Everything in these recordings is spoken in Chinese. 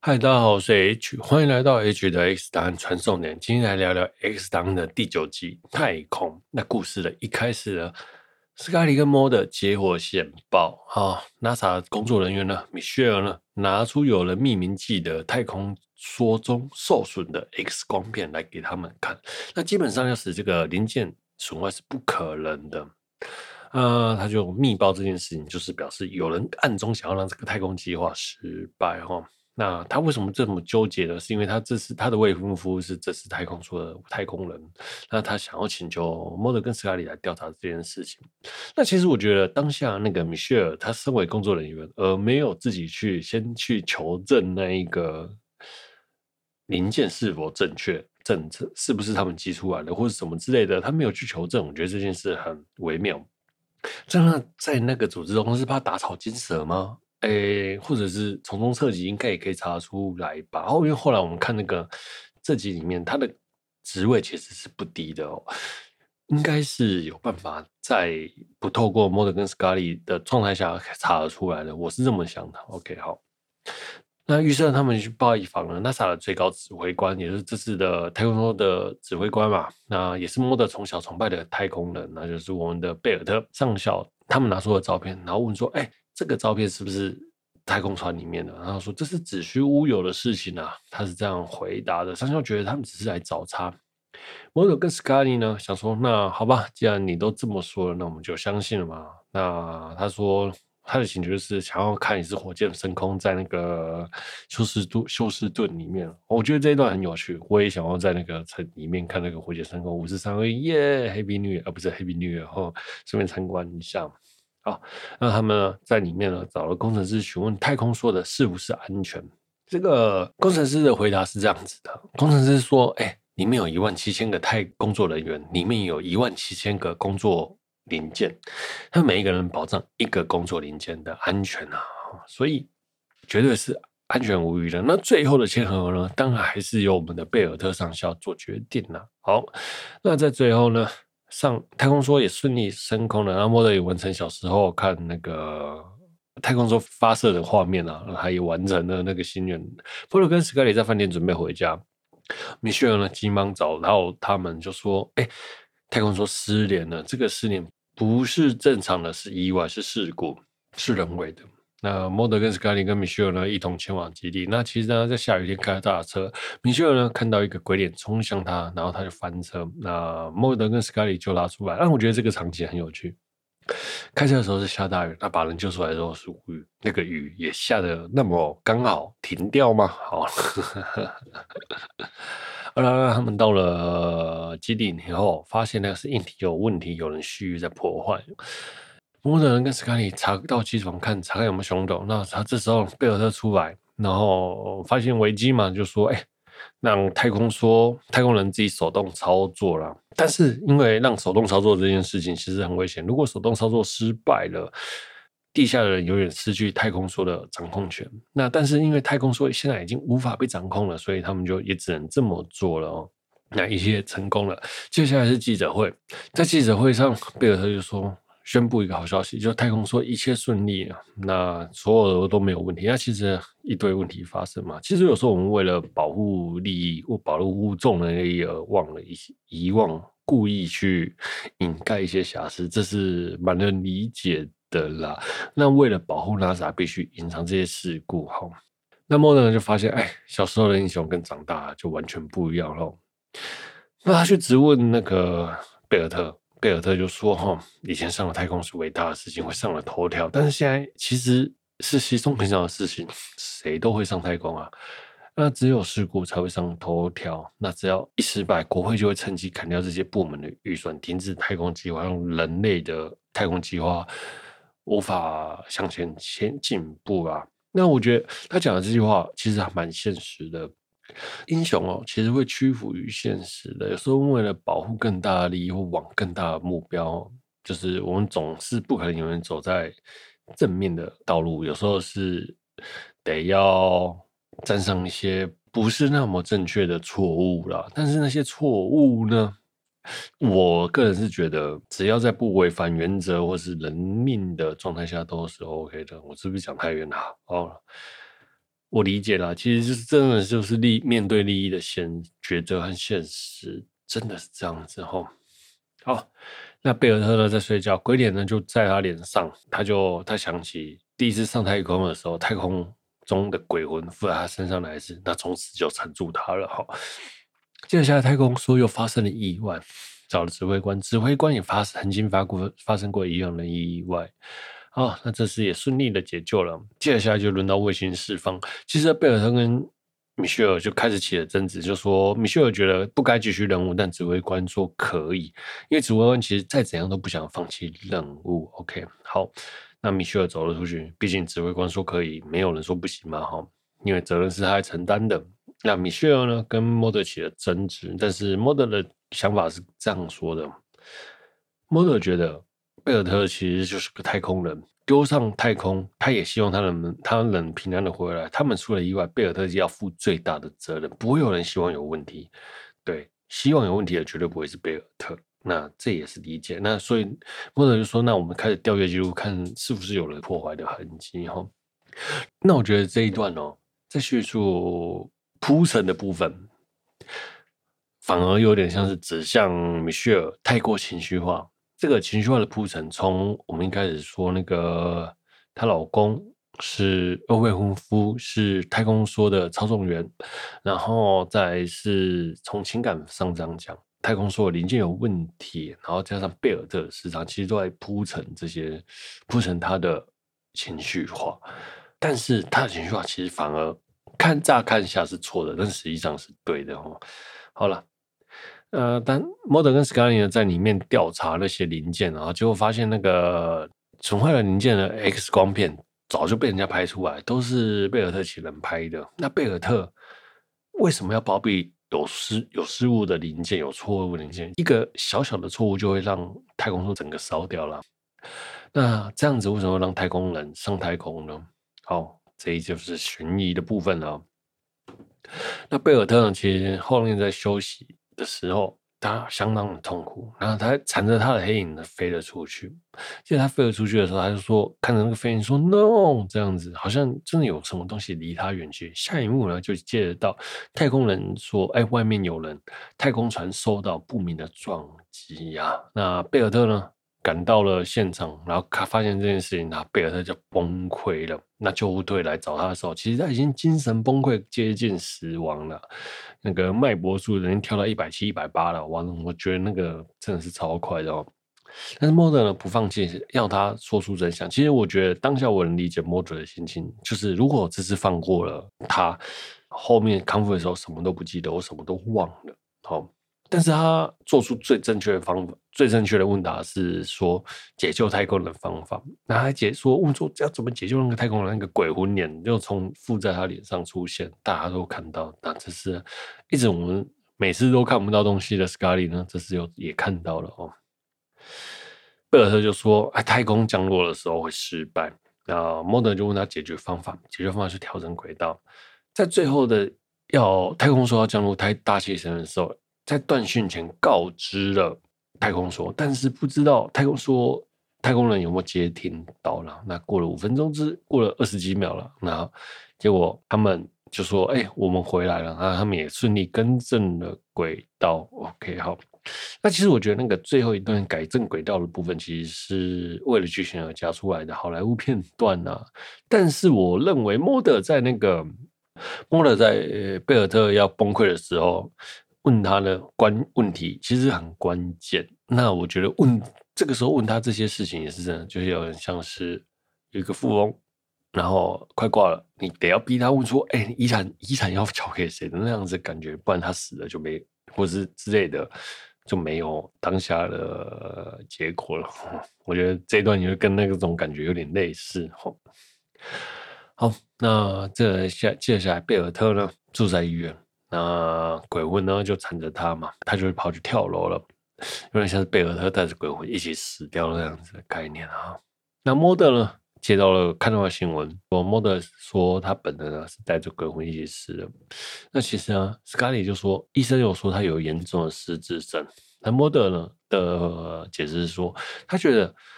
嗨，大家好，我是 H，欢迎来到 H 的 X 档案传送点。今天来聊聊 X 档案的第9集太空。那故事的一开始呢，斯卡利跟莫德接获线报，NASA 工作人员呢，Michelle 呢，拿出有人秘密记的太空梭中受损的 X 光片来给他们看。那基本上要使这个零件损坏是不可能的。他就密报这件事情，就是表示有人暗中想要让这个太空计划失败那他为什么这么纠结呢？是因为他的未婚夫是这次太空梭的太空人，那他想要请求莫德跟斯卡利来调查这件事情。那其实我觉得当下那个米歇尔，他身为工作人员，而没有自己先去求证那一个零件是否正确，是不是他们寄出来的，或者什么之类的，他没有去求证，我觉得这件事很微妙。这样在那个组织中是怕打草惊蛇吗？或者是从中测集，应该也可以查出来吧。因为后来我们看这集里面，他的职位其实是不低的应该是有办法在不透过莫德跟斯卡利的状态下查得出来的，我是这么想的。OK， 好。那预设他们去报一访了 NASA 的最高指挥官，也是这次的太空梭的指挥官嘛。那也是莫德从小崇拜的太空人，那就是我们的贝尔特上校。他们拿出了照片，然后问说：“这个照片是不是太空船里面的？”然后说：“这是子虚乌有的事情啊。”他是这样回答的。上校觉得他们只是来找茬。莫德跟斯卡利呢想说：“那好吧，既然你都这么说了，那我们就相信了嘛。”那他说。他的请求就是想要看一次火箭升空在那个休斯顿里面，我觉得这一段很有趣，我也想要在那个里面看那个火箭升空53位耶 Happy New Year 不是 Happy New Year 顺便参观一下。好，那他们呢在里面呢找了工程师询问太空梭的是不是安全。这个工程师的回答是这样子的，工程师说里面有17000个工作人员，里面有17000个工作零件，他们每一个人保障一个工作零件的安全所以绝对是安全无虞的。那最后的签合呢，当然还是由我们的贝尔特上校做决定了。好，那在最后呢，太空梭也顺利升空了，然后莫德也完成小时候看那个太空梭发射的画面他也完成了那个心愿。波罗跟斯卡里在饭店准备回家，米歇尔呢急忙找到他们，就说：“太空梭失联了，这个失联不是正常的，是意外，是事故，是人为的。”那莫德跟斯卡利跟米歇尔呢一同前往基地。那其实呢，在下雨天开大车，米歇尔呢看到一个鬼脸冲向他，然后他就翻车。那莫德跟斯卡利就拉出来。我觉得这个场景很有趣。开车的时候是下大雨，那把人救出来的时候是无雨，那个雨也下得那么刚好停掉吗？好，后来他们到了基地以后，发现那个是硬体有问题，有人蓄意在破坏。莫德人跟斯卡利查到机床查看有没有凶手。那他这时候贝尔特出来，然后发现危机嘛，就说：“让太空人自己手动操作啦。”但是因为让手动操作这件事情其实很危险，如果手动操作失败了，地下的人永远失去太空梭的掌控权。那但是因为太空梭现在已经无法被掌控了，所以他们就也只能这么做了那一切成功了。接下来是记者会，在记者会上，贝尔特就说。宣布一个好消息，就太空梭一切顺利那所有的都没有问题。那其实一堆问题发生嘛。其实有时候我们为了保护利益或保护众人利益而遗忘，故意去掩盖一些瑕疵，这是蛮能理解的啦。那为了保护 NASA， 必须隐藏这些事故那莫德就发现，小时候的英雄跟长大就完全不一样咯。那他去质问那个贝尔特就说以前上了太空是伟大的事情，会上了头条，但是现在其实是稀松平常的事情，谁都会上太空那只有事故才会上头条，那只要一失败，国会就会趁机砍掉这些部门的预算，停止太空计划，让人类的太空计划无法向前进步那我觉得他讲的这句话其实还蛮现实的。英雄其实会屈服于现实的，有时候为了保护更大的利益或往更大的目标，就是我们总是不可能永远走在正面的道路，有时候是得要站上一些不是那么正确的错误啦。但是那些错误呢，我个人是觉得只要在不违反原则或是人命的状态下都是 OK 的。我是不是讲太远了我理解啦，其实就是真的就是面对利益的抉择和现实，真的是这样子吼。好，那贝尔特呢在睡觉，鬼脸呢就在他脸上，他想起第一次上太空的时候，太空中的鬼魂附在他身上来时，那从此就缠住他了哈。接下来太空说又发生了意外，找了指挥官，指挥官也曾经发生过一样的意外。好，那这次也顺利的解救了。接下来就轮到卫星释放。其实贝尔特跟米歇尔就开始起了争执，就说米歇尔觉得不该继续任务，但指挥官说可以，因为指挥官其实再怎样都不想放弃任务。OK， 好，那米歇尔走了出去，毕竟指挥官说可以，没有人说不行嘛，哈，因为责任是他来承担的。那米歇尔呢跟莫德起了争执，但是莫德的想法是这样说的：莫德觉得贝尔特其实就是个太空人，丢上太空，他也希望他能平安的回来。他们出了意外，贝尔特要负最大的责任，不会有人希望有问题。对，希望有问题的绝对不会是贝尔特。那这也是理解。那所以莫德就说：“那我们开始调阅记录，看是不是有人破坏的痕迹。”哈，那我觉得这一段在叙述铺陈的部分，反而有点像是指向米歇尔太过情绪化。这个情绪化的铺陈，从我们一开始说那个她老公是未婚夫，是太空梭的操纵员，然后再来是从情感上这样讲，太空梭的零件有问题，然后加上贝尔特的市场，其实都在铺陈他的情绪化。但是他的情绪化其实反而乍看下是错的，但实际上是对的哦。好了，但莫德跟斯卡利呢在里面调查那些零件，然后结果发现那个损坏的零件的 X 光片早就被人家拍出来，都是贝尔特请人拍的。那贝尔特为什么要包庇有失误的零件、有错误的零件？一个小小的错误就会让太空梭整个烧掉了。那这样子为什么会让太空人上太空呢？好，这一就是悬疑的部分了。那贝尔特呢，其实后面在休息的时候，他相当的痛苦，然后他缠着他的黑影呢飞了出去。记得他飞了出去的时候，他就说看着那个飞影说 “no” 这样子，好像真的有什么东西离他远去。下一幕呢，就接得到太空人说：“哎，外面有人，太空船受到不明的撞击呀。”那贝尔特呢？赶到了现场，然后他发现这件事情，贝尔特就崩溃了。那救护队来找他的时候，其实他已经精神崩溃，接近死亡了。那个脉搏数已经跳到170、180了，哇！我觉得那个真的是超快的哦。但是莫德呢不放弃，要他说出真相。其实我觉得当下我能理解莫德的心情，就是如果我这次放过了他，后面康复的时候什么都不记得，我什么都忘了。好。但是他做出最正确的方法，最正确的问答是说解救太空人的方法。那他问说要怎么解救那个太空人，那个鬼魂脸就从附在他脸上出现，大家都看到。那这是一直我们每次都看不到东西的 Scully 呢，这次也看到了哦。贝尔特就说：“哎，太空降落的时候会失败。”那莫德就问他解决方法，解决方法是调整轨道。在最后的太空梭要降落大气层的时候，在断讯前告知了太空梭，但是不知道太空人有没有接听到了。那过了5分钟过了20几秒了，那结果他们就说：“哎，我们回来了。”那他们也顺利更正了轨道。OK， 好。那其实我觉得那个最后一段改正轨道的部分，其实是为了剧情而加出来的好莱坞片段啊。但是我认为莫德在贝尔特要崩溃的时候，问他的问题其实很关键。那我觉得这个时候问他这些事情也是真的，就是有点像是有一个富翁，然后快挂了，你得要逼他问说：“哎，遗产要交给谁的？”那样子感觉，不然他死了就没，或是之类的。就没有当下的结果了。我觉得这一段也会跟那种感觉有点类似。好，那接下来贝尔特呢住在医院，那鬼魂呢就缠着他嘛，他就会跑去跳楼了，有点像是贝尔特带着鬼魂一起死掉了这样子的概念啊。那莫德呢看到了新闻，莫德说他本人是带着鬼魂一起死的。那其实斯卡利就说医生有说他有严重的失智症。那莫德呢的解释是说，他觉得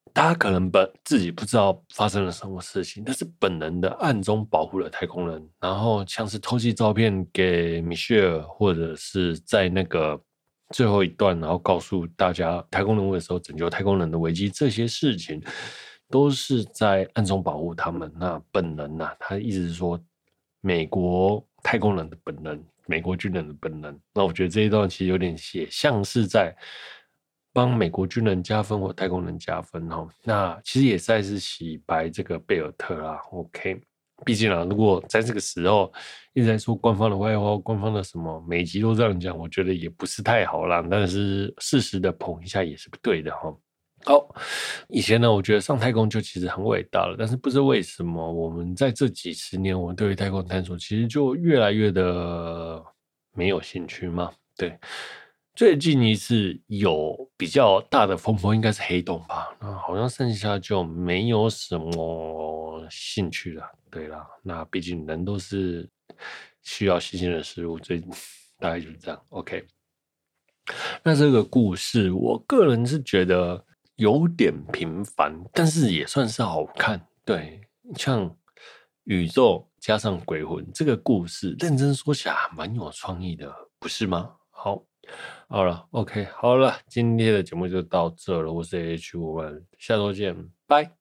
大家可能自己不知道发生了什么事情，但是本能的暗中保护了太空人，然后像是偷寄照片给米歇尔，或者是在那个最后一段，然后告诉大家太空人物的时候拯救太空人的危机，这些事情都是在暗中保护他们。那本能啊，他意思是说美国太空人的本能，美国军人的本能。那我觉得这一段其实有点像是在帮美国军人加分或太空人加分哦。那其实也在是洗白这个贝尔特啦。OK， 毕竟啊，如果在这个时候一直在说官方的坏话，官方的什么每集都这样讲，我觉得也不是太好啦。但是适时的捧一下也是不对的哈。好，以前呢，我觉得上太空就其实很伟大了，但是不知为什么，我们在这几十年，我们对于太空探索其实就越来越的没有兴趣嘛。对，最近一次有比较大的风波应该是黑洞吧，那好像剩下就没有什么兴趣了。对啦，那毕竟人都是需要新鲜的事物，最大概就是这样。OK。那这个故事，我个人是觉得有点平凡，但是也算是好看。对，像宇宙加上鬼魂这个故事，认真说起来还蛮有创意的，不是吗？好了，OK，好了，今天的节目就到这了。我是 H，我们下周见，拜。